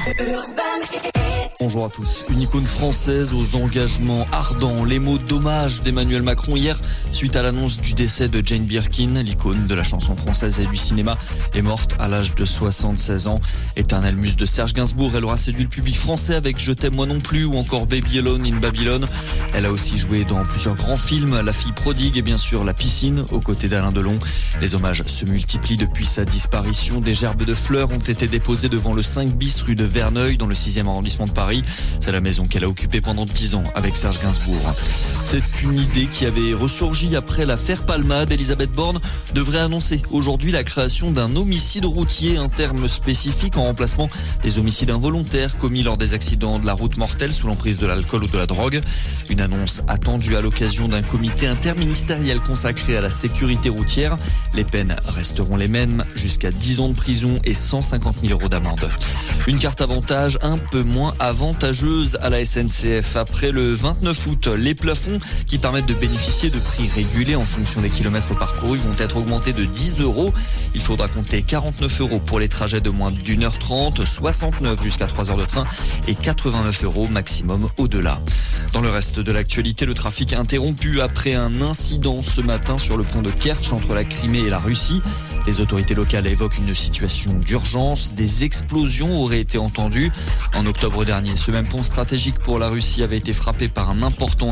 Bonjour à tous. Une icône française aux engagements ardents. Les mots d'hommage d'Emmanuel Macron hier, suite à l'annonce du décès de Jane Birkin, l'icône de la chanson française et du cinéma, est morte à l'âge de 76 ans. Éternelle muse de Serge Gainsbourg, elle aura séduit le public français avec Je t'aime moi non plus ou encore Baby Alone in Babylon. Elle a aussi joué dans plusieurs grands films, La fille prodigue et bien sûr La piscine, aux côtés d'Alain Delon. Les hommages se multiplient depuis sa disparition. Des gerbes de fleurs ont été déposées devant le 5 bis rue de Verneuil dans le 6e arrondissement de Paris. C'est la maison qu'elle a occupée pendant 10 ans avec Serge Gainsbourg. C'est une idée qui avait ressurgi après l'affaire Palmade. Elisabeth Borne devrait annoncer aujourd'hui la création d'un homicide routier, un terme spécifique en remplacement des homicides involontaires commis lors des accidents de la route mortelle sous l'emprise de l'alcool ou de la drogue. Une annonce attendue à l'occasion d'un comité interministériel consacré à la sécurité routière. Les peines resteront les mêmes, jusqu'à 10 ans de prison et 150 000 € d'amende. Une carte avantage un peu moins avantageuse à la SNCF. Après le 29 août, les plafonds qui permettent de bénéficier de prix régulés en fonction des kilomètres parcourus vont être augmentés de 10 €. Il faudra compter 49 € pour les trajets de moins d'1h30, 69 jusqu'à 3 heures de train et 89 € maximum au-delà. Dans le reste de l'actualité, le trafic interrompu après un incident ce matin sur le pont de Kertch entre la Crimée et la Russie. Les autorités locales évoquent une situation d'urgence. Des explosions auraient été entendues. En octobre dernier, ce même pont stratégique pour la Russie avait été frappé par un important